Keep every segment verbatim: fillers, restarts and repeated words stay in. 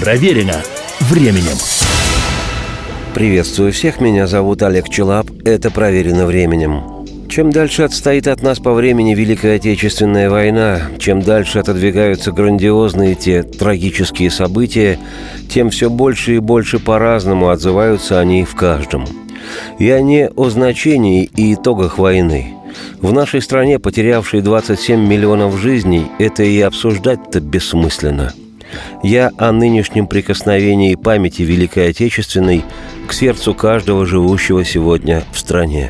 Проверено временем. Приветствую всех, меня зовут Олег Челап, это «Проверено временем». Чем дальше отстоит от нас по времени Великая Отечественная война, чем дальше отодвигаются грандиозные те трагические события, тем все больше и больше по-разному отзываются они в каждом. Я не о значении и итогах войны. В нашей стране, потерявшей двадцать семь миллионов жизней, это и обсуждать-то бессмысленно. Я о нынешнем прикосновении памяти Великой Отечественной к сердцу каждого живущего сегодня в стране.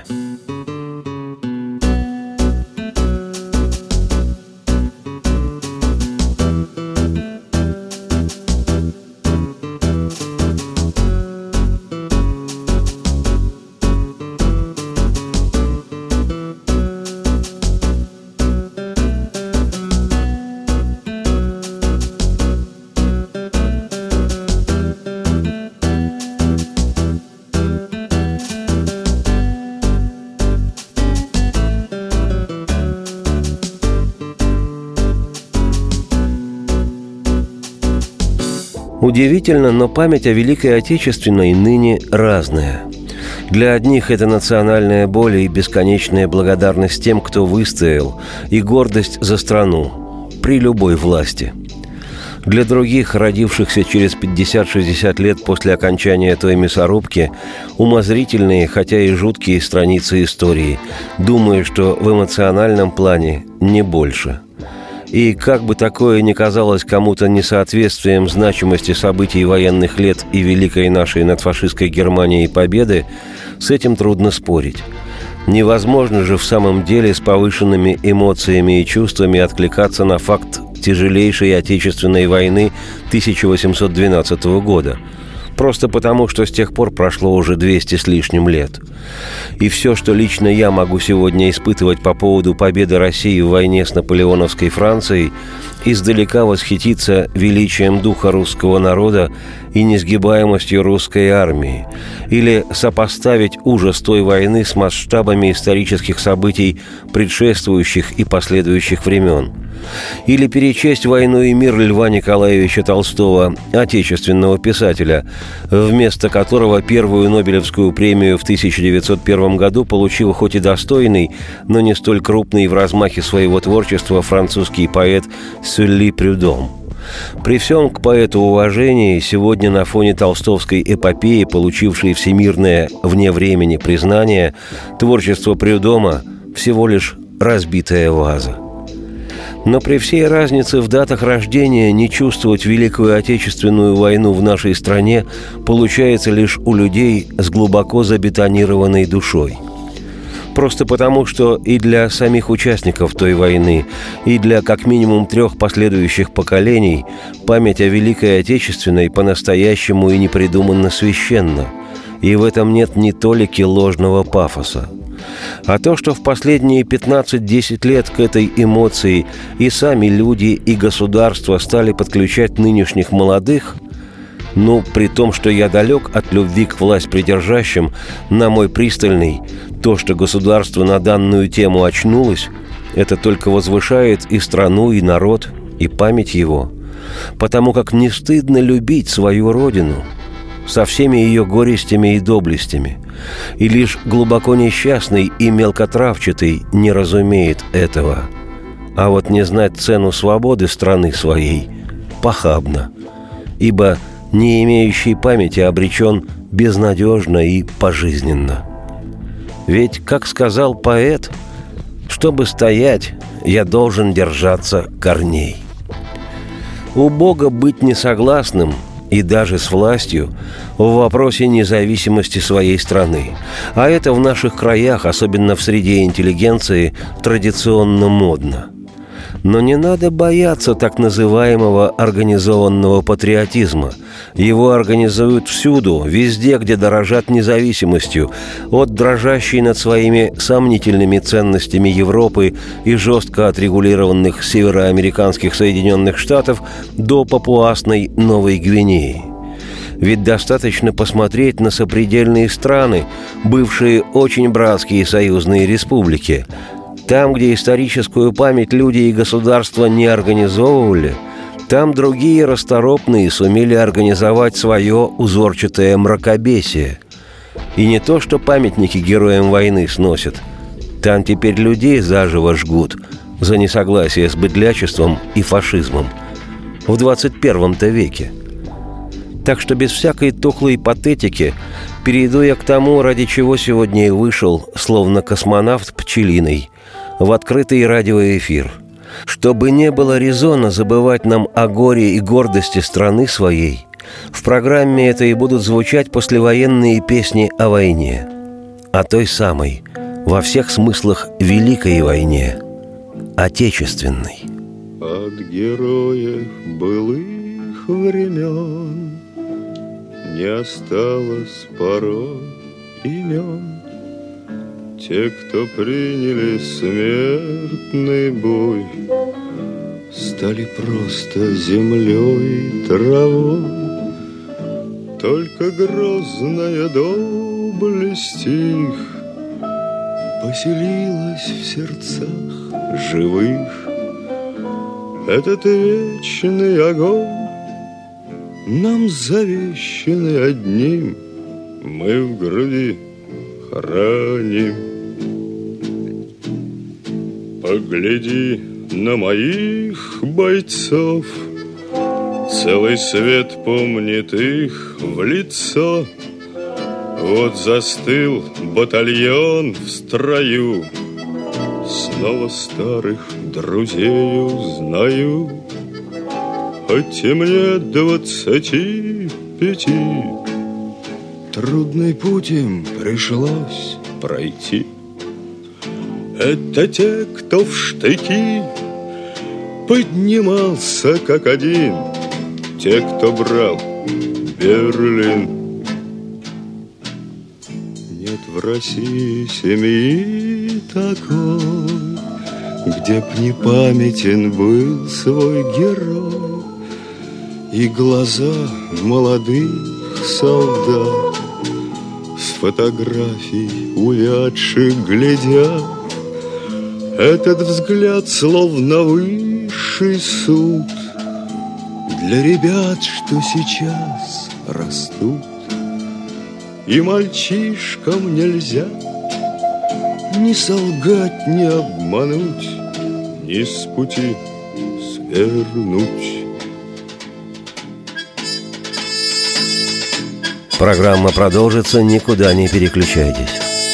Удивительно, но память о Великой Отечественной ныне разная. Для одних это национальная боль и бесконечная благодарность тем, кто выстоял, и гордость за страну при любой власти. Для других, родившихся через пятьдесят-шестьдесят лет после окончания той мясорубки, умозрительные, хотя и жуткие страницы истории, думая, что в эмоциональном плане не больше. И как бы такое ни казалось кому-то несоответствием значимости событий военных лет и великой нашей над фашистской Германией победы, с этим трудно спорить. Невозможно же в самом деле с повышенными эмоциями и чувствами откликаться на факт тяжелейшей Отечественной войны тысяча восемьсот двенадцатого года. Просто потому, что с тех пор прошло уже двести с лишним лет. И все, что лично я могу сегодня испытывать по поводу победы России в войне с наполеоновской Францией, издалека восхититься величием духа русского народа и несгибаемостью русской армии, или сопоставить ужас той войны с масштабами исторических событий предшествующих и последующих времен, или перечесть «Войну и мир» Льва Николаевича Толстого, отечественного писателя, вместо которого первую Нобелевскую премию в тысяча девятьсот первом году получил хоть и достойный, но не столь крупный в размахе своего творчества французский поэт Сюлли Прюдом. При всем к поэту уважении, сегодня на фоне толстовской эпопеи, получившей всемирное вне времени признание, творчество Прюдома всего лишь разбитая ваза. Но при всей разнице в датах рождения не чувствовать Великую Отечественную войну в нашей стране получается лишь у людей с глубоко забетонированной душой. Просто потому, что и для самих участников той войны, и для как минимум трех последующих поколений память о Великой Отечественной по-настоящему и непридуманно священна, и в этом нет ни толики ложного пафоса. А то, что в последние пятнадцать-десять лет к этой эмоции и сами люди, и государства стали подключать нынешних молодых, ну, при том, что я далек от любви к власть придержащим, на мой пристальный, то, что государство на данную тему очнулось, это только возвышает и страну, и народ, и память его. Потому как не стыдно любить свою родину со всеми ее горестями и доблестями. И лишь глубоко несчастный и мелкотравчатый не разумеет этого. А вот не знать цену свободы страны своей похабно, ибо не имеющий памяти обречен безнадежно и пожизненно. Ведь, как сказал поэт, чтобы стоять, я должен держаться корней. У Бога быть несогласным и даже с властью в вопросе независимости своей страны. А это в наших краях, особенно в среде интеллигенции, традиционно модно. Но не надо бояться так называемого организованного патриотизма. Его организуют всюду, везде, где дорожат независимостью, от дрожащей над своими сомнительными ценностями Европы и жестко отрегулированных североамериканских Соединенных Штатов до папуасной Новой Гвинеи. Ведь достаточно посмотреть на сопредельные страны, бывшие очень братские союзные республики. Там, где историческую память люди и государства не организовывали, Там другие расторопные сумели организовать свое узорчатое мракобесие. И не то, что памятники героям войны сносят. Там теперь людей заживо жгут за несогласие с быдлячеством и фашизмом. В двадцать первом-то веке. Так что без всякой тухлой патетики перейду я к тому, ради чего сегодня и вышел, словно космонавт пчелиный, в открытый радиоэфир. Чтобы не было резона забывать нам о горе и гордости страны своей, в программе это и будут звучать послевоенные песни о войне. О той самой, во всех смыслах, великой войне, отечественной. От героев былых времен не осталось порой имен. Те, кто приняли смертный бой, стали просто землей и травой. Только грозная доблесть их поселилась в сердцах живых. Этот вечный огонь нам завещанный одним мы в груди храним. Погляди на моих бойцов, целый свет помнит их в лицо. Вот застыл батальон в строю, снова старых друзей узнаю. Хоть и мне двадцати пяти, трудный путь им пришлось пройти. Это те, кто в штыки поднимался как один, те, кто брал Берлин. Нет в России семьи такой, где б не памятен был свой герой. И глаза молодых солдат с фотографий увядших глядят. Этот взгляд словно высший суд для ребят, что сейчас растут. И мальчишкам нельзя ни солгать, ни обмануть, ни с пути свернуть. Программа продолжится, никуда не переключайтесь.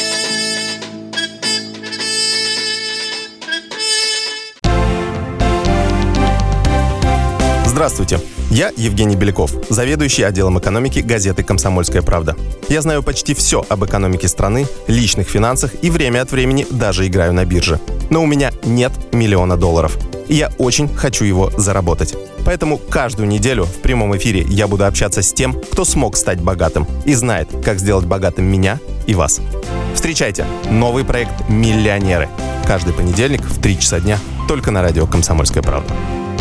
Здравствуйте, я Евгений Беляков, заведующий отделом экономики газеты «Комсомольская правда». Я знаю почти все об экономике страны, личных финансах и время от времени даже играю на бирже. Но у меня нет миллиона долларов, и я очень хочу его заработать. Поэтому каждую неделю в прямом эфире я буду общаться с тем, кто смог стать богатым и знает, как сделать богатым меня и вас. Встречайте новый проект «Миллионеры». Каждый понедельник в три часа дня только на радио «Комсомольская правда».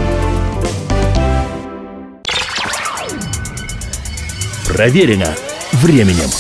Проверено временем.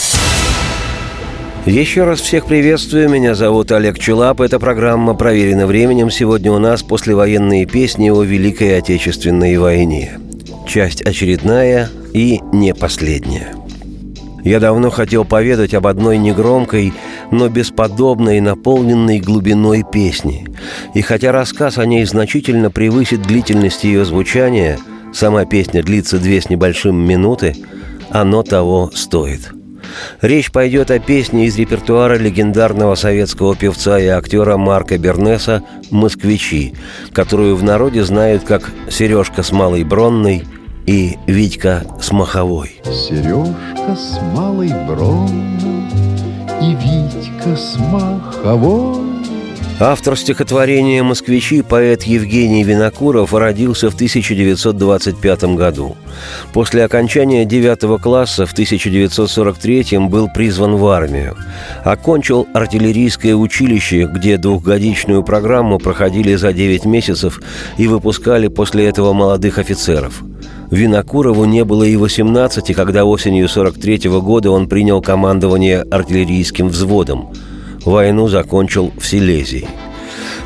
Еще раз всех приветствую, меня зовут Олег Челап. Эта программа «Проверено временем». Сегодня у нас послевоенные песни о Великой Отечественной войне. Часть очередная и не последняя. Я давно хотел поведать об одной негромкой, но бесподобной, наполненной глубиной песни. И хотя рассказ о ней значительно превысит длительность ее звучания, сама песня длится две с небольшим минуты, оно того стоит. Речь пойдет о песне из репертуара легендарного советского певца и актера Марка Бернеса «Москвичи», которую в народе знают как «Сережка с Малой Бронной» и «Витька с Маховой». Сережка с Малой Бронной и Витька с Маховой. Автор стихотворения «Москвичи», поэт Евгений Винокуров, родился в тысяча девятьсот двадцать пятом году. После окончания девятого класса в тысяча девятьсот сорок третьем был призван в армию. Окончил артиллерийское училище, где двухгодичную программу проходили за девять месяцев и выпускали после этого молодых офицеров. Винокурову не было и восемнадцати, когда осенью сорок третьего года он принял командование артиллерийским взводом. Войну закончил в Силезии.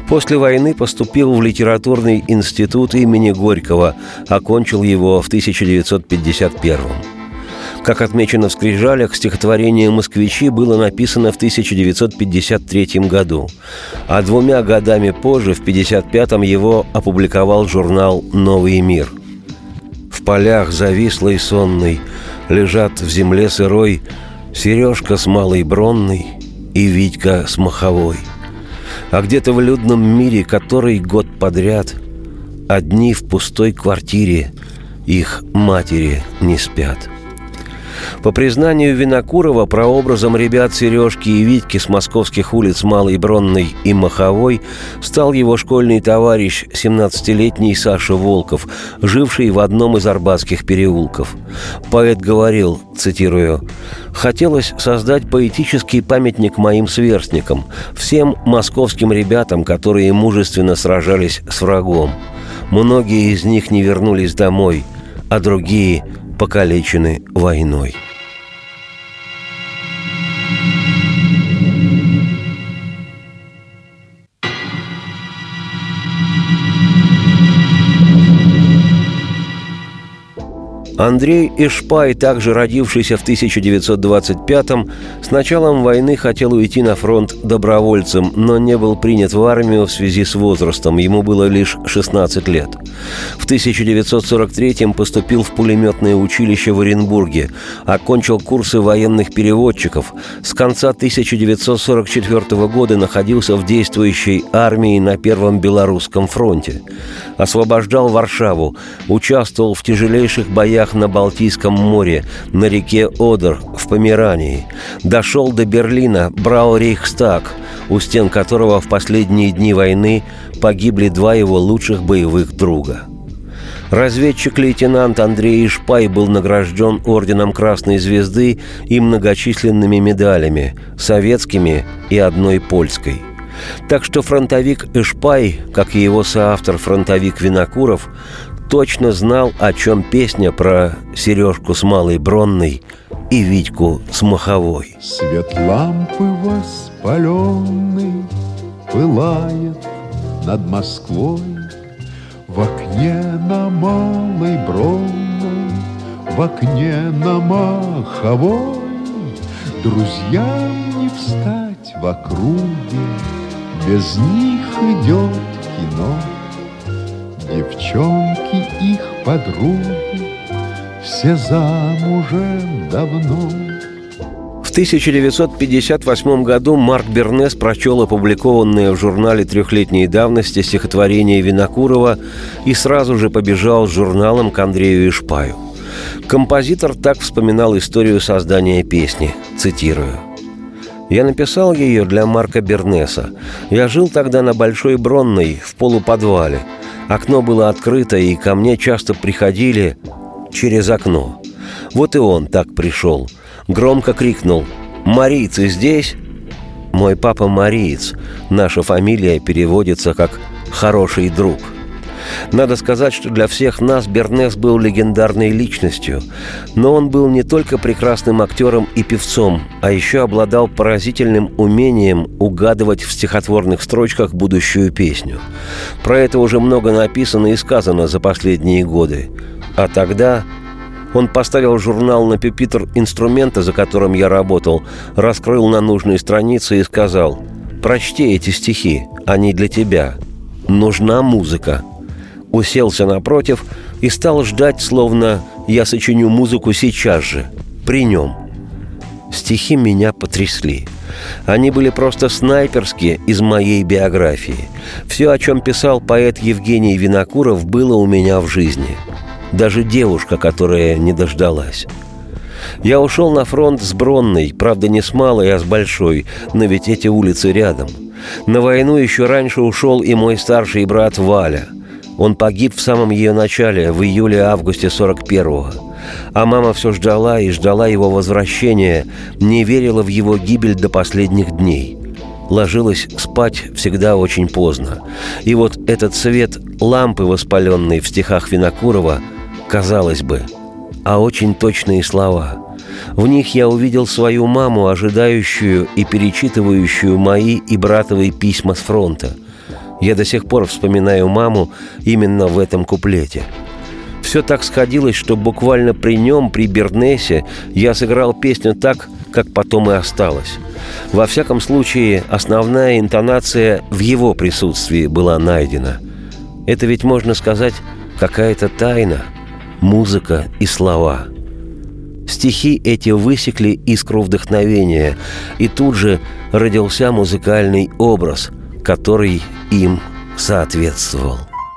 После войны поступил в литературный институт имени Горького, окончил его в тысяча девятьсот пятьдесят первом. Как отмечено в «Скрижалях», стихотворение «Москвичи» было написано в тысяча девятьсот пятьдесят третьем году, а двумя годами позже, в пятьдесят пятом, его опубликовал журнал «Новый мир». В полях завислой сонной лежат в земле сырой Сережка с малой бронной и Витька с маховой. А где-то в людном мире, который год подряд одни в пустой квартире, их матери не спят. По признанию Винокурова, прообразом ребят Сережки и Витьки с московских улиц Малой Бронной и Маховой стал его школьный товарищ, семнадцатилетний Саша Волков, живший в одном из арбатских переулков. Поэт говорил, цитирую, «Хотелось создать поэтический памятник моим сверстникам, всем московским ребятам, которые мужественно сражались с врагом. Многие из них не вернулись домой, а другие – покалечены войной». Андрей Ишпай, также родившийся в тысяча девятьсот двадцать пятом, с началом войны хотел уйти на фронт добровольцем, но не был принят в армию в связи с возрастом, ему было лишь шестнадцать лет. В тысяча девятьсот сорок третьем поступил в пулеметное училище в Оренбурге, окончил курсы военных переводчиков, с конца тысяча девятьсот сорок четвёртого года находился в действующей армии на Первом Белорусском фронте. Освобождал Варшаву, участвовал в тяжелейших боях на Балтийском море, на реке Одер, в Померании. Дошел до Берлина, брал Рейхстаг, у стен которого в последние дни войны погибли два его лучших боевых друга. Разведчик-лейтенант Андрей Ишпай был награжден орденом Красной Звезды и многочисленными медалями, советскими и одной польской. Так что фронтовик Ишпай, как и его соавтор фронтовик Винокуров, точно знал, о чем песня про Сережку с малой бронной и Витьку с маховой. Свет лампы воспаленный пылает над Москвой. В окне на малой бронной, в окне на маховой друзьям не встать в округе, без них идет кино. Девчонки их подруги все замужем давно. В тысяча девятьсот пятьдесят восьмом году Марк Бернес прочел опубликованное в журнале трехлетней давности стихотворение Винокурова и сразу же побежал с журналом к Андрею Ишпаю. Композитор так вспоминал историю создания песни, цитирую. «Я написал ее для Марка Бернеса. Я жил тогда на Большой Бронной, в полуподвале. Окно было открыто, и ко мне часто приходили через окно. Вот и он так пришел. Громко крикнул: «Марийцы здесь?» Мой папа мариец. Наша фамилия переводится как «хороший друг». Надо сказать, что для всех нас Бернес был легендарной личностью. Но он был не только прекрасным актером и певцом, а еще обладал поразительным умением угадывать в стихотворных строчках будущую песню. Про это уже много написано и сказано за последние годы. А тогда он поставил журнал на пюпитр инструмента, за которым я работал, раскрыл на нужной странице и сказал: «Прочти эти стихи, они для тебя. Нужна музыка». Уселся напротив и стал ждать, словно я сочиню музыку сейчас же, при нем. Стихи меня потрясли. Они были просто снайперские из моей биографии. Все, о чем писал поэт Евгений Винокуров, было у меня в жизни. Даже девушка, которая не дождалась. Я ушел на фронт с Бронной, правда, не с малой, а с большой, но ведь эти улицы рядом. На войну еще раньше ушел и мой старший брат Валя. Он погиб в самом ее начале, в июле-августе сорок первого. А мама все ждала и ждала его возвращения, не верила в его гибель до последних дней. Ложилась спать всегда очень поздно. И вот этот свет лампы, воспаленной в стихах Винокурова, казалось бы, а очень точные слова. В них я увидел свою маму, ожидающую и перечитывающую мои и братовые письма с фронта. Я до сих пор вспоминаю маму именно в этом куплете. Все так сходилось, что буквально при нем, при Бернесе, я сыграл песню так, как потом и осталось. Во всяком случае, основная интонация в его присутствии была найдена. Это ведь, можно сказать, какая-то тайна, музыка и слова. Стихи эти высекли искру вдохновения, и тут же родился музыкальный образ, который им соответствовал.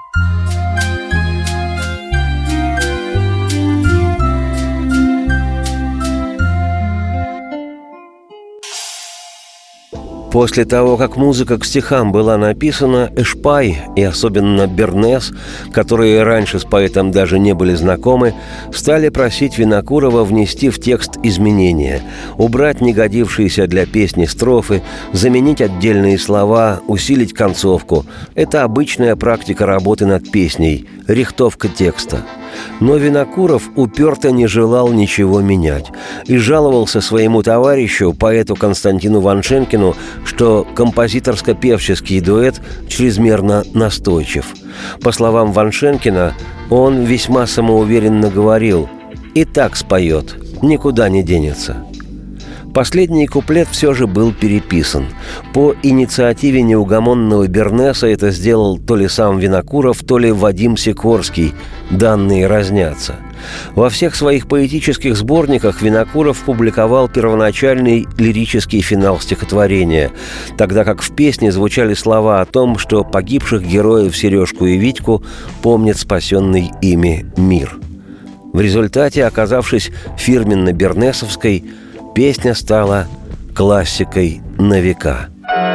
После того, как музыка к стихам была написана, Эшпай и особенно Бернес, которые раньше с поэтом даже не были знакомы, стали просить Винокурова внести в текст изменения, убрать негодившиеся для песни строфы, заменить отдельные слова, усилить концовку. Это обычная практика работы над песней, рихтовка текста. Но Винокуров уперто не желал ничего менять и жаловался своему товарищу, поэту Константину Ваншенкину, что композиторско-певческий дуэт чрезмерно настойчив. По словам Ваншенкина, он весьма самоуверенно говорил: «И так споет, никуда не денется». Последний куплет все же был переписан. По инициативе неугомонного Бернеса это сделал то ли сам Винокуров, то ли Вадим Сикорский. Данные разнятся. Во всех своих поэтических сборниках Винокуров публиковал первоначальный лирический финал стихотворения, тогда как в песне звучали слова о том, что погибших героев Сережку и Витьку помнит спасенный ими мир. В результате, оказавшись фирменно-бернесовской, песня стала классикой на века.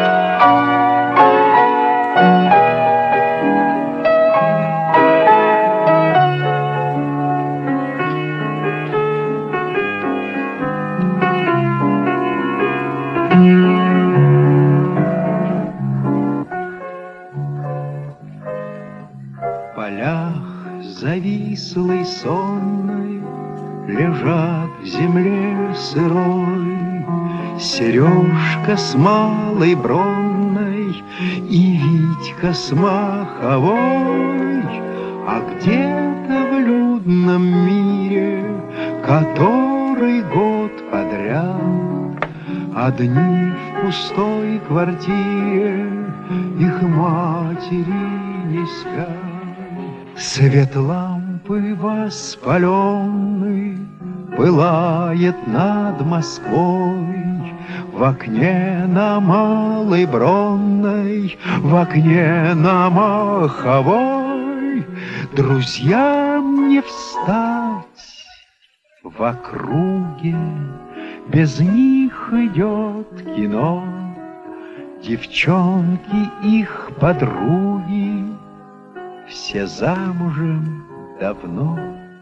В полях завислой сонной лежат в земле сырой Сережка с малой бронной и Витька с маховой. А где-то в людном мире, который год подряд, одни в пустой квартире, их матери не спят. Свет лампы воспаленный пылает над Москвой, в окне на Малой Бронной, в окне на Маховой. Друзьям не встать в округе, без них идет кино. Девчонки их подруги все замужем давно.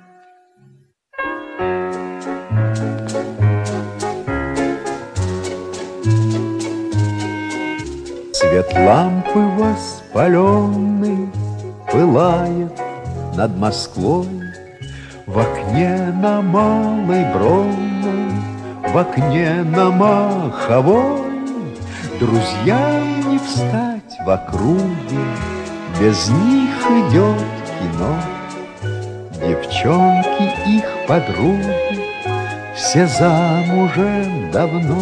Свет лампы воспаленный пылает над Москвой, в окне на Малой Бронной, в окне на Маховой. Друзьям не встать в округе, без них идет кино. Девчонки их подруги все замужем давно.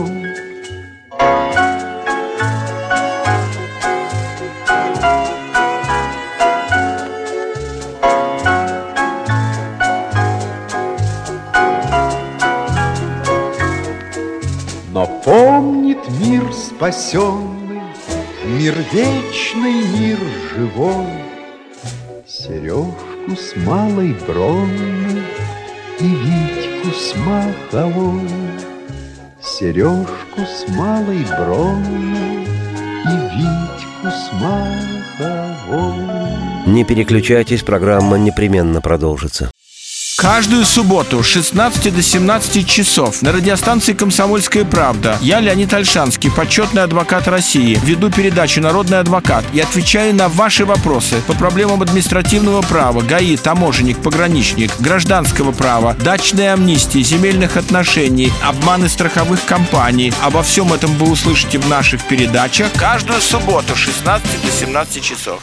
Но помнит мир спасенный, мир вечный, мир живой, Сережку с Малой Бронной и Витьку с Маховой. Сережку с Малой Бронной и Витьку с Маховой. Не переключайтесь, программа непременно продолжится. Каждую субботу с шестнадцати до семнадцати часов на радиостанции «Комсомольская правда» я, Леонид Ольшанский, почетный адвокат России, веду передачу «Народный адвокат» и отвечаю на ваши вопросы по проблемам административного права, ГАИ, таможенник, пограничник, гражданского права, дачной амнистии, земельных отношений, обманы страховых компаний. Обо всем этом вы услышите в наших передачах каждую субботу с шестнадцати до семнадцати часов.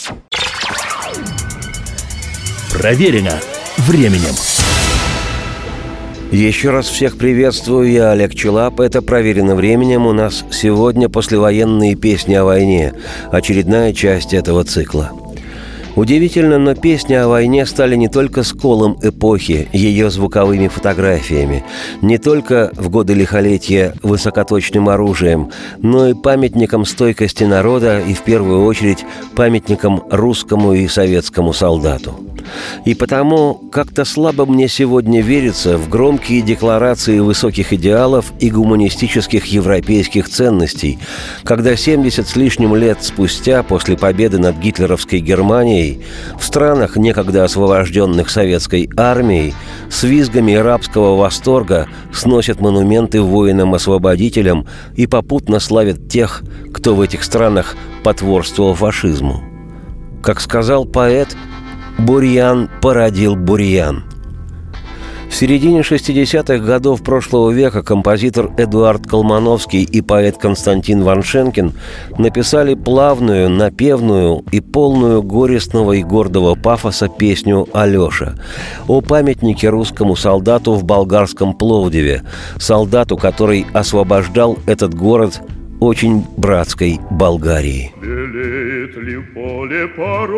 Проверено временем. Еще раз всех приветствую, я Олег Челап. Это «Проверено временем». У нас сегодня послевоенные песни о войне. Очередная часть этого цикла. Удивительно, но песни о войне стали не только сколом эпохи, ее звуковыми фотографиями, не только в годы лихолетия высокоточным оружием, но и памятником стойкости народа и, в первую очередь, памятником русскому и советскому солдату. И потому как-то слабо мне сегодня верится в громкие декларации высоких идеалов и гуманистических европейских ценностей, когда семьдесят с лишним лет спустя, после победы над гитлеровской Германией, в странах, некогда освобожденных советской армией, с визгами рабского восторга сносят монументы воинам-освободителям и попутно славят тех, кто в этих странах потворствовал фашизму. Как сказал поэт, «Бурьян породил бурьян». В середине шестидесятых годов прошлого века композитор Эдуард Колмановский и поэт Константин Ваншенкин написали плавную, напевную и полную горестного и гордого пафоса песню «Алеша» о памятнике русскому солдату в болгарском Пловдиве, солдату, который освобождал этот город очень братской Болгарии. Белеет ли поле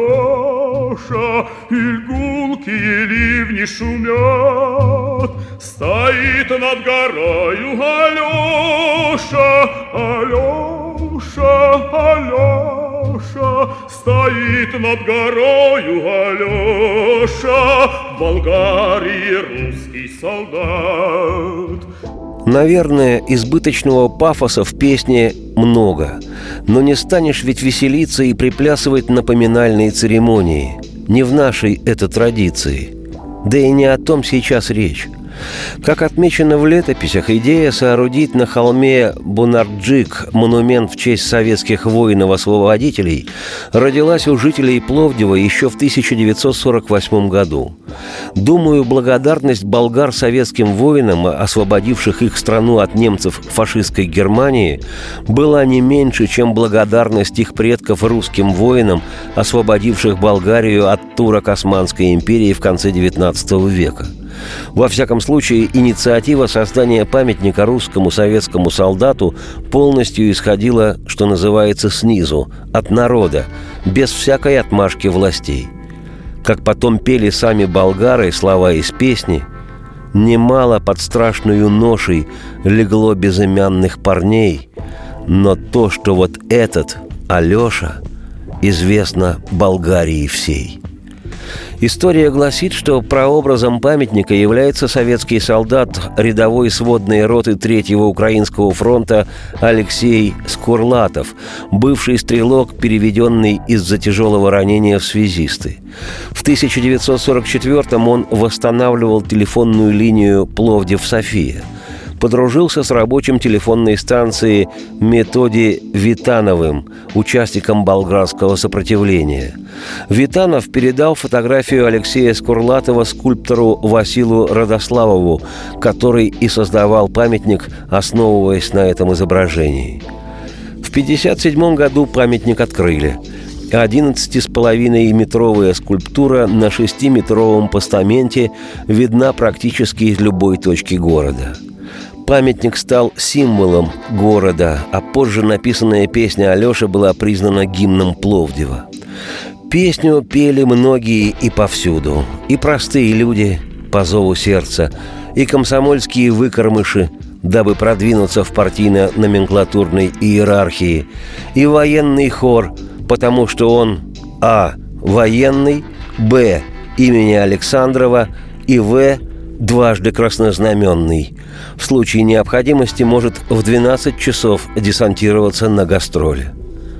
пороша, иль гулкие ливни шумят, стоит над горою Алеша, Алеша, Алеша, стоит над горою Алеша, в Болгарии русский солдат. Наверное, избыточного пафоса в песне много, но не станешь ведь веселиться и приплясывать на поминальные церемонии. Не в нашей это традиции. Да и не о том сейчас речь. Как отмечено в летописях, идея соорудить на холме Бунарджик монумент в честь советских воинов-освободителей родилась у жителей Пловдива еще в тысяча девятьсот сорок восьмом году. Думаю, благодарность болгар советским воинам, освободивших их страну от немцев фашистской Германии, была не меньше, чем благодарность их предков русским воинам, освободивших Болгарию от турок Османской империи в конце девятнадцатого века. Во всяком случае, инициатива создания памятника русскому советскому солдату полностью исходила, что называется, снизу, от народа, без всякой отмашки властей. Как потом пели сами болгары слова из песни, «Немало под страшную ношей легло безымянных парней, но то, что вот этот, Алеша, известно Болгарии всей». История гласит, что прообразом памятника является советский солдат рядовой сводной роты третьего Украинского фронта Алексей Скурлатов, бывший стрелок, переведенный из-за тяжелого ранения в связисты. В тысяча девятьсот сорок четвёртом он восстанавливал телефонную линию Пловдив-София. Подружился с рабочим телефонной станции Методи Витановым, участником болгарского сопротивления. Витанов передал фотографию Алексея Скурлатова скульптору Василу Радославову, который и создавал памятник, основываясь на этом изображении. В пятьдесят седьмом году памятник открыли. одиннадцати с половиной метровая скульптура на шестиметровом постаменте видна практически из любой точки города. Памятник стал символом города, а позже написанная песня Алеши была признана гимном Пловдива. Песню пели многие и повсюду. И простые люди по зову сердца, и комсомольские выкормыши, дабы продвинуться в партийно-номенклатурной иерархии, и военный хор, потому что он а. военный, б. имени Александрова и в. дважды краснознаменный. В случае необходимости может в двенадцать часов десантироваться на гастроли.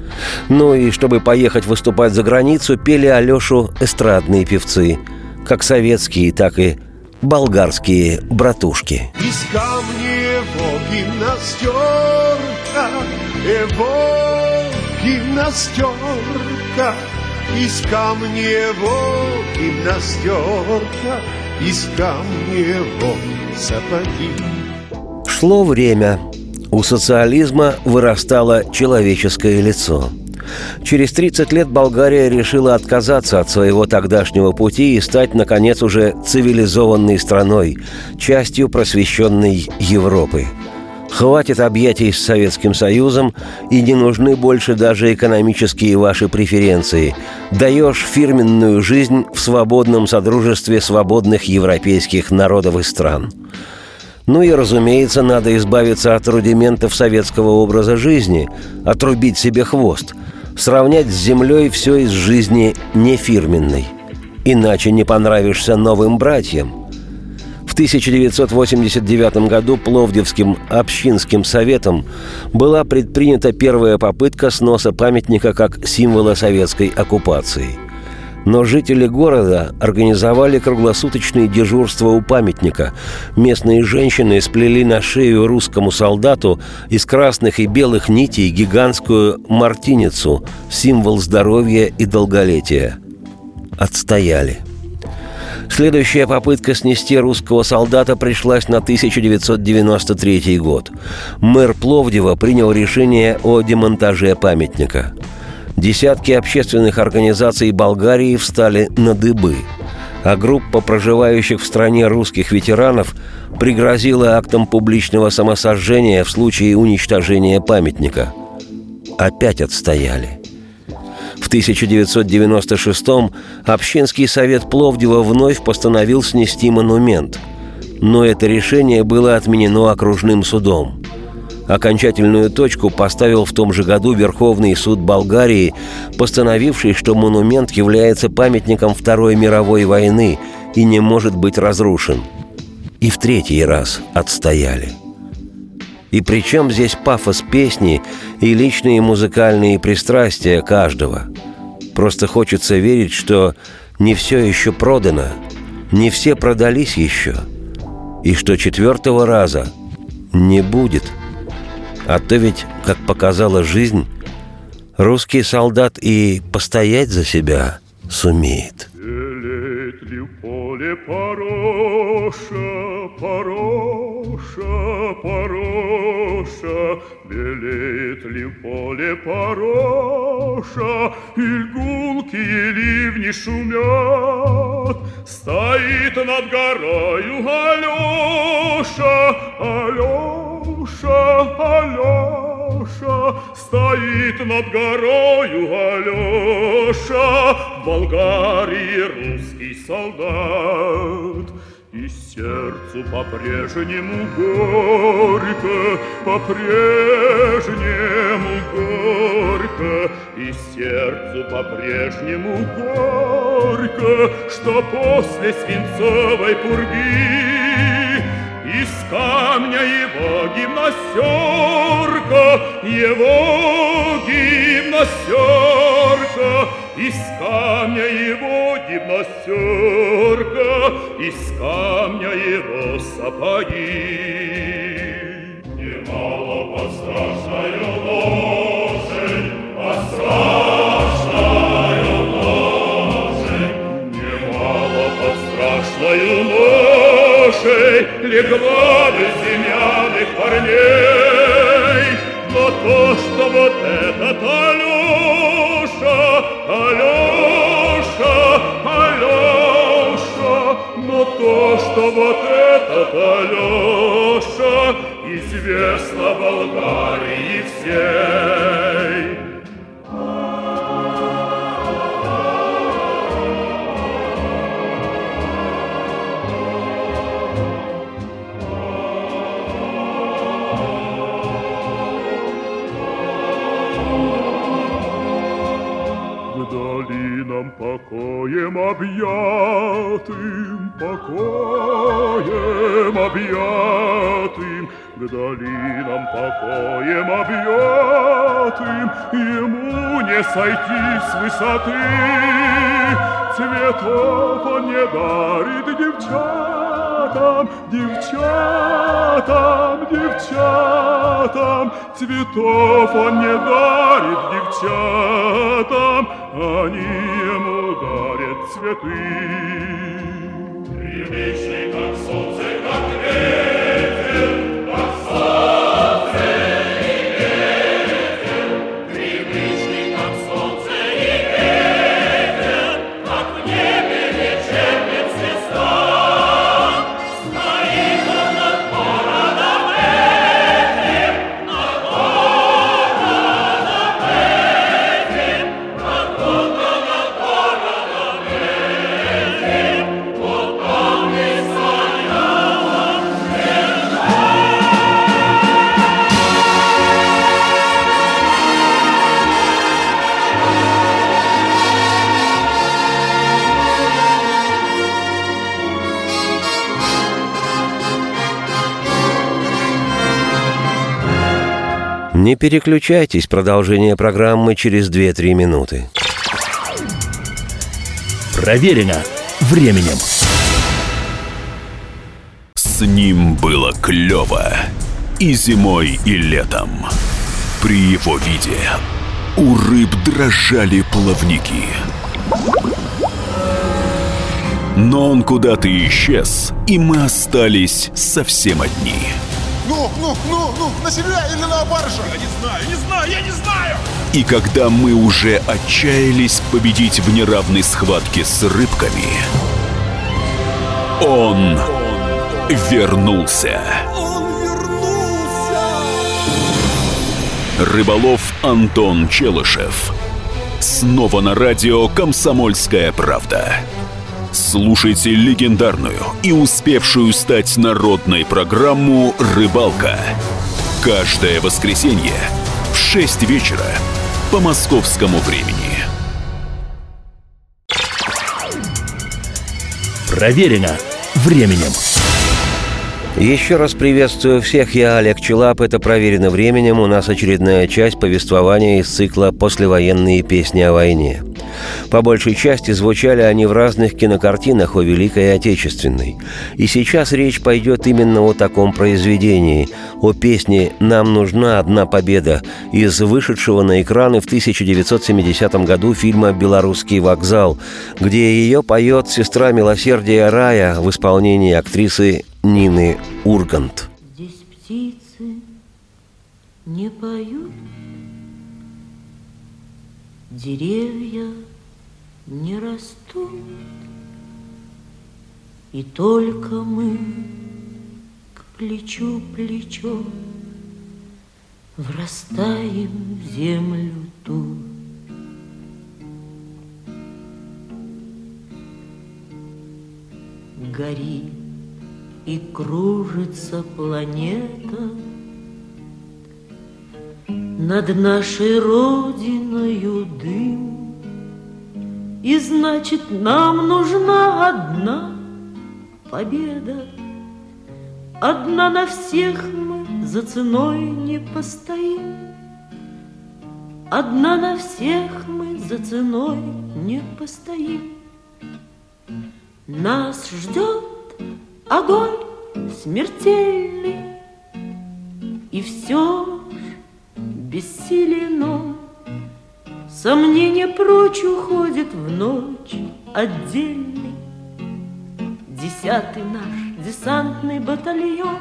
Ну и чтобы поехать выступать за границу, пели Алешу эстрадные певцы, как советские, так и болгарские братушки. Из камня его гимнастерка, его гимнастерка, из камня его гимнастерка, из камня его сапоги. Шло время. У социализма вырастало человеческое лицо. Через тридцать лет Болгария решила отказаться от своего тогдашнего пути и стать, наконец, уже цивилизованной страной, частью просвещенной Европы. Хватит объятий с Советским Союзом, и не нужны больше даже экономические ваши преференции. Даешь фирменную жизнь в свободном содружестве свободных европейских народов и стран. Ну и, разумеется, надо избавиться от рудиментов советского образа жизни, отрубить себе хвост, сравнять с землей все из жизни нефирменной. Иначе не понравишься новым братьям. В тысяча девятьсот восемьдесят девятом году Пловдивским общинским советом была предпринята первая попытка сноса памятника как символа советской оккупации. Но жители города организовали круглосуточные дежурства у памятника. Местные женщины сплели на шею русскому солдату из красных и белых нитей гигантскую мартиницу, символ здоровья и долголетия. Отстояли. Следующая попытка снести русского солдата пришлась на тысяча девятьсот девяносто третий год. Мэр Пловдива принял решение о демонтаже памятника. Десятки общественных организаций Болгарии встали на дыбы, а группа проживающих в стране русских ветеранов пригрозила актом публичного самосожжения в случае уничтожения памятника. Опять отстояли. В тысяча девятьсот девяносто шестом Общинский совет Пловдива вновь постановил снести монумент, но это решение было отменено окружным судом. Окончательную точку поставил в том же году Верховный суд Болгарии, постановивший, что монумент является памятником Второй мировой войны и не может быть разрушен. И в третий раз отстояли. И при чем здесь пафос песни и личные музыкальные пристрастия каждого? Просто хочется верить, что не все еще продано, не все продались еще, и что четвертого раза не будет. А то ведь, как показала жизнь, русский солдат и постоять за себя сумеет. Белеет ли в поле пороша, пороша, пороша, белеет ли в поле пороша, и гулкие ливни шумят, стоит над горою Алеша, Алеша, Алеша, стоит над горою Алеша, в Болгарии русский солдат. И сердцу по-прежнему горько, по-прежнему горько, и сердцу по-прежнему горько, что после свинцовой пурги из камня его гимнастерка, его гимнастерка, из камня его гимнастерка, из камня его сапоги. Немало пострашная лошадь, пострашная лошадь, немало пострашная лошадь легла без земляных парней, но то, что вот этот Алеша, Алеша, Алеша, но то, что вот этот Алеша известно Болгарии всей. Долинам покоем объятым, покоем объятым, к долинам покоем объятым, ему не сойти с высоты, цветов он не дарит девчат. девчатам, девчатам, цветов он не дарит девчатам, они ему дарят цветы. Привычный, как солнце, как ветер, как солнце и ветер, привычный, как солнце и ветер, как в небе вечерняя звезда. Стоит он над городом этим, над городом этим, над городом, над городом этим, вот он и стоял всегда. Не переключайтесь, продолжение программы через две-три минуты. Проверено временем. С ним было клёво и зимой, и летом. При его виде у рыб дрожали плавники. Но он куда-то исчез, и мы остались совсем одни. Ну, ну, ну, ну, на себя или на баржу? Я не знаю, не знаю, я не знаю! И когда мы уже отчаялись победить в неравной схватке с рыбками, он вернулся. Он вернулся! Рыболов Антон Челышев. Снова на радио «Комсомольская правда». Слушайте легендарную и успевшую стать народной программу «Рыбалка». Каждое воскресенье в шесть вечера по московскому времени. Проверено временем. Еще раз приветствую всех, я Олег Челап, это «Проверено временем», у нас очередная часть повествования из цикла «Послевоенные песни о войне». По большей части звучали они в разных кинокартинах о Великой Отечественной. И сейчас речь пойдет именно о таком произведении, о песне «Нам нужна одна победа» из вышедшего на экраны в тысяча девятьсот семидесятом году фильма «Белорусский вокзал», где ее поет сестра милосердия Рая в исполнении актрисы Нины Ургант. Здесь птицы не поют, деревья не растут, и только мы к плечу плечо врастаем в землю ту. Горит и кружится планета над нашей родиною дым. И значит, нам нужна одна победа. Одна на всех мы за ценой не постоим. Одна на всех мы за ценой не постоим. Нас ждет огонь смертельный, и все ж бессилен он. Сомнение прочь уходит в ночь отдельный. Десятый наш десантный батальон,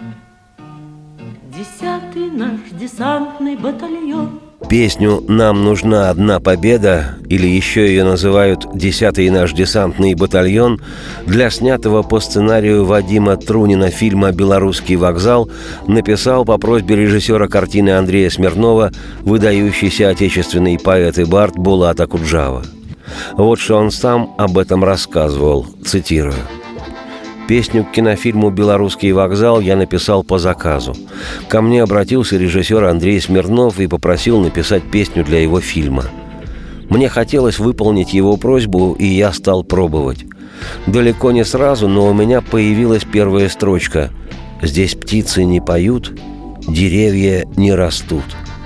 Десятый наш десантный батальон. Песню «Нам нужна одна победа», или еще ее называют «Десятый наш десантный батальон», для снятого по сценарию Вадима Трунина фильма «Белорусский вокзал» написал по просьбе режиссера картины Андрея Смирнова выдающийся отечественный поэт и бард Булат Акуджава. Вот что он сам об этом рассказывал, цитирую. Песню к кинофильму «Белорусский вокзал» я написал по заказу. Ко мне обратился режиссер Андрей Смирнов и попросил написать песню для его фильма. Мне хотелось выполнить его просьбу, и я стал пробовать. Далеко не сразу, но у меня появилась первая строчка: «Здесь птицы не поют, деревья не растут».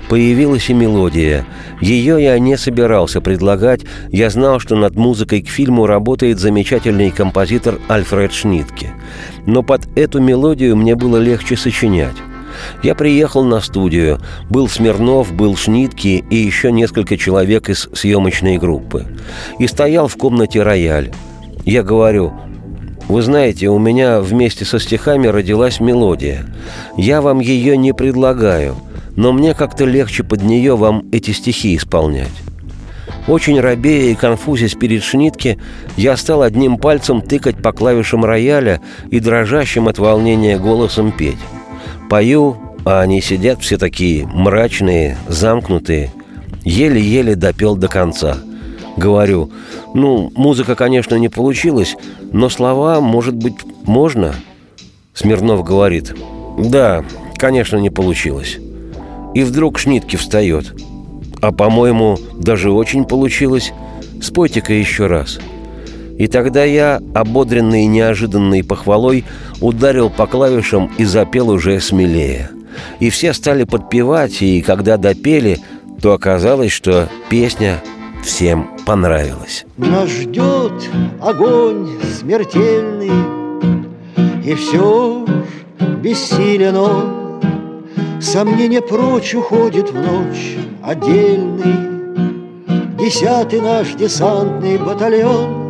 Появилась и мелодия. Ее я не собирался предлагать. Я знал, что над музыкой к фильму работает замечательный композитор Альфред Шнитке. Но под эту мелодию мне было легче сочинять. Я приехал на студию. Был Смирнов, был Шнитке и еще несколько человек из съемочной группы. И стоял в комнате рояль. Я говорю: «Вы знаете, у меня вместе со стихами родилась мелодия. Я вам ее не предлагаю, но мне как-то легче под нее вам эти стихи исполнять». Очень робея и конфузясь перед Шнитке, я стал одним пальцем тыкать по клавишам рояля и дрожащим от волнения голосом петь. Пою, а они сидят все такие мрачные, замкнутые. Еле-еле допел до конца. Говорю: «Ну, музыка, конечно, не получилась, но слова, может быть, можно?» Смирнов говорит: «Да, конечно, не получилось». И вдруг Шнитке встает: «А, по-моему, даже очень получилось. Спойте-ка еще раз». И тогда я, ободренный неожиданной похвалой, ударил по клавишам и запел уже смелее. И все стали подпевать, и когда допели, то оказалось, что песня всем понравилась. Нас ждет огонь смертельный, и все ж бессилен он. Сомнение прочь уходит в ночь отдельный. Десятый наш десантный батальон,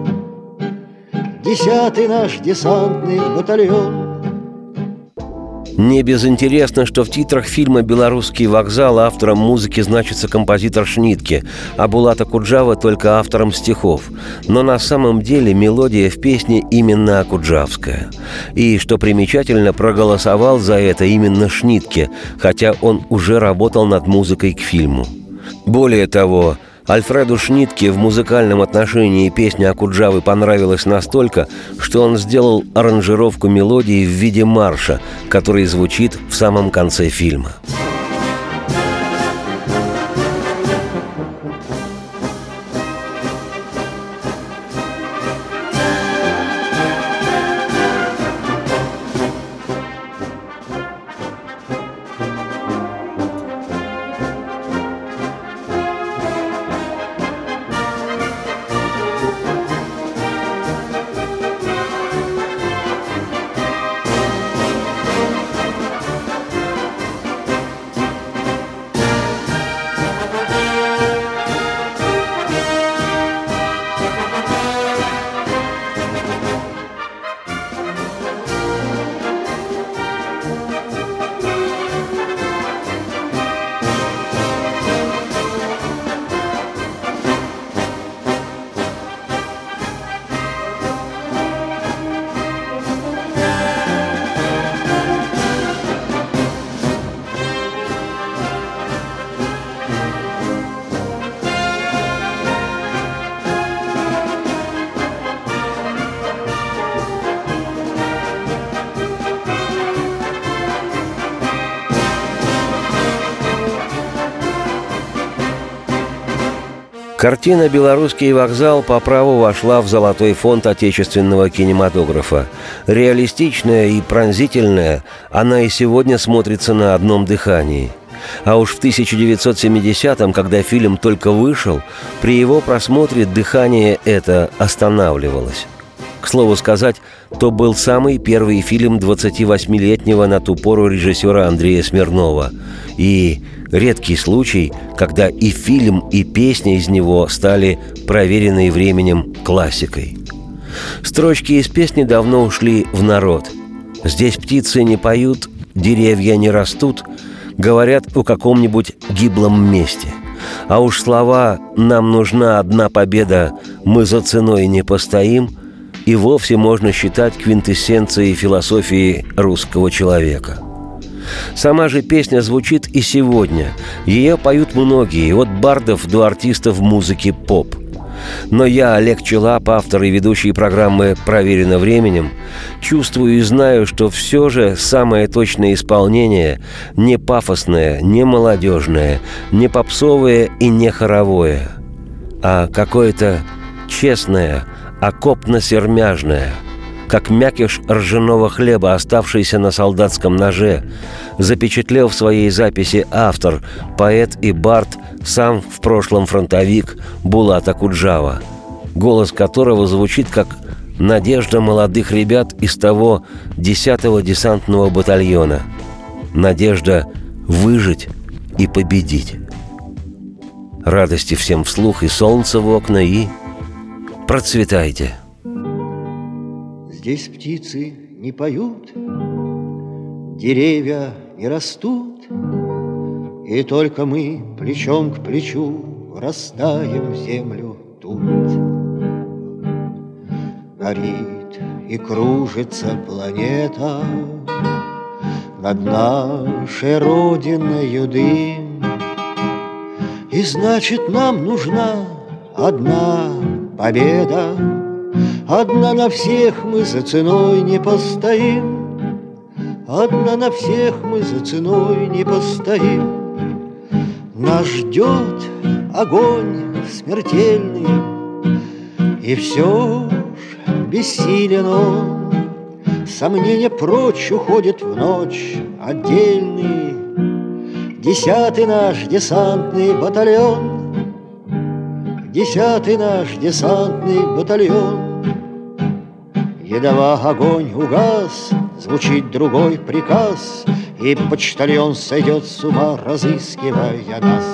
Десятый наш десантный батальон. Не безинтересно, что в титрах фильма «Белорусский вокзал» автором музыки значится композитор Шнитке, а Булат Акуджава только автором стихов. Но на самом деле мелодия в песне именно акуджавская. И, что примечательно, проголосовал за это именно Шнитке, хотя он уже работал над музыкой к фильму. Более того, Альфреду Шнитке в музыкальном отношении песня Акуджавы понравилась настолько, что он сделал аранжировку мелодии в виде марша, который звучит в самом конце фильма. Картина «Белорусский вокзал» по праву вошла в золотой фонд отечественного кинематографа. Реалистичная и пронзительная, она и сегодня смотрится на одном дыхании. А уж в тысяча девятьсот семидесятом, когда фильм только вышел, при его просмотре дыхание это останавливалось. К слову сказать, то был самый первый фильм двадцативосьмилетнего на ту пору режиссера Андрея Смирнова. И редкий случай, когда и фильм, и песня из него стали проверенной временем классикой. Строчки из песни давно ушли в народ. «Здесь птицы не поют, деревья не растут», говорят о каком-нибудь гиблом месте. А уж слова «нам нужна одна победа, мы за ценой не постоим» и вовсе можно считать квинтэссенцией философии русского человека. Сама же песня звучит и сегодня. Ее поют многие, от бардов до артистов музыки поп. Но я, Олег Челап, автор и ведущий программы «Проверено временем», чувствую и знаю, что все же самое точное исполнение не пафосное, не молодежное, не попсовое и не хоровое, а какое-то честное, окопно-сермяжное, как мякиш ржаного хлеба, оставшийся на солдатском ноже, запечатлел в своей записи автор, поэт и бард, сам в прошлом фронтовик Булат Акуджава, голос которого звучит как надежда молодых ребят из того десятого десантного батальона. Надежда выжить и победить. Радости всем вслух и солнце в окна, и процветайте. Здесь птицы не поют, деревья не растут, и только мы плечом к плечу растаем в землю тут. Горит и кружится планета над нашей родиною дым, и значит нам нужна одна победа. Одна на всех мы за ценой не постоим, одна на всех мы за ценой не постоим. Нас ждет огонь смертельный, и все ж бессилен он. Сомнения прочь уходят в ночь отдельный. Десятый наш десантный батальон, десятый наш десантный батальон. Едва огонь угас, звучит другой приказ, и почтальон сойдет с ума, разыскивая нас.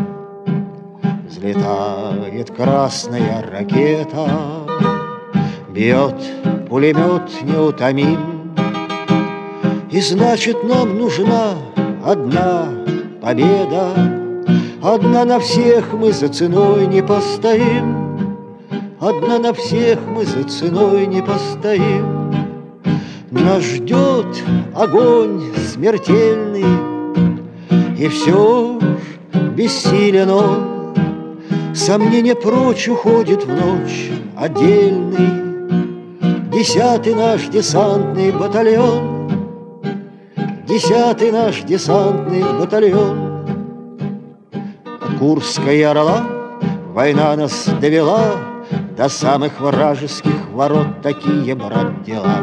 Взлетает красная ракета, бьет пулемет неутомим, и значит нам нужна одна победа. Одна на всех мы за ценой не постоим, одна на всех мы за ценой не постоим. Нас ждет огонь смертельный, и все ж бессилен он. Сомнения прочь уходит в ночь отдельный. Десятый наш десантный батальон, десятый наш десантный батальон. От Курска и Орла война нас довела до самых вражеских ворот, такие, брат, дела.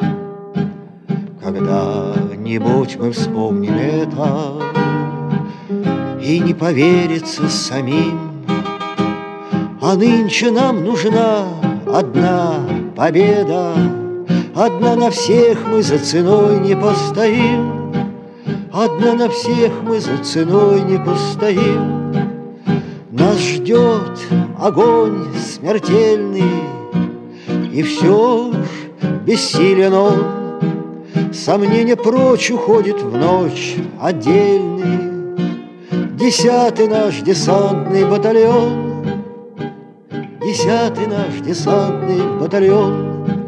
Когда-нибудь мы вспомним это, и не поверится самим. А нынче нам нужна одна победа. Одна на всех мы за ценой не постоим, одна на всех мы за ценой не постоим. Нас ждет огонь смертельный, и все ж бессилен он. Сомнения прочь уходит в ночь отдельный. Десятый наш десантный батальон, десятый наш десантный батальон.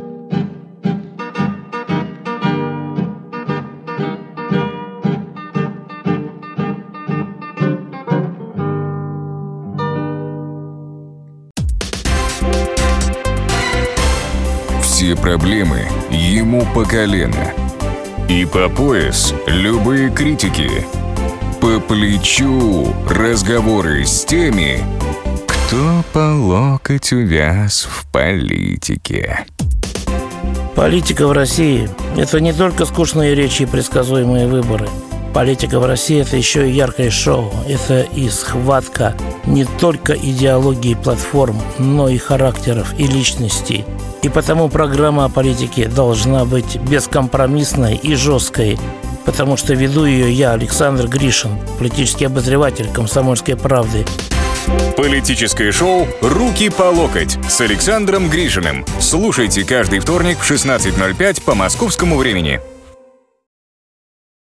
Все проблемы ему по колено. И по пояс любые критики. По плечу разговоры с теми, кто по локоть увяз в политике. Политика в России – это не только скучные речи и предсказуемые выборы. Политика в России – это еще и яркое шоу. Это и схватка не только идеологии платформ, но и характеров и личностей. И потому программа о политике должна быть бескомпромиссной и жесткой, потому что веду ее я, Александр Гришин, политический обозреватель «Комсомольской правды». Политическое шоу «Руки по локоть» с Александром Гришиным. Слушайте каждый вторник в шестнадцать ноль пять по московскому времени.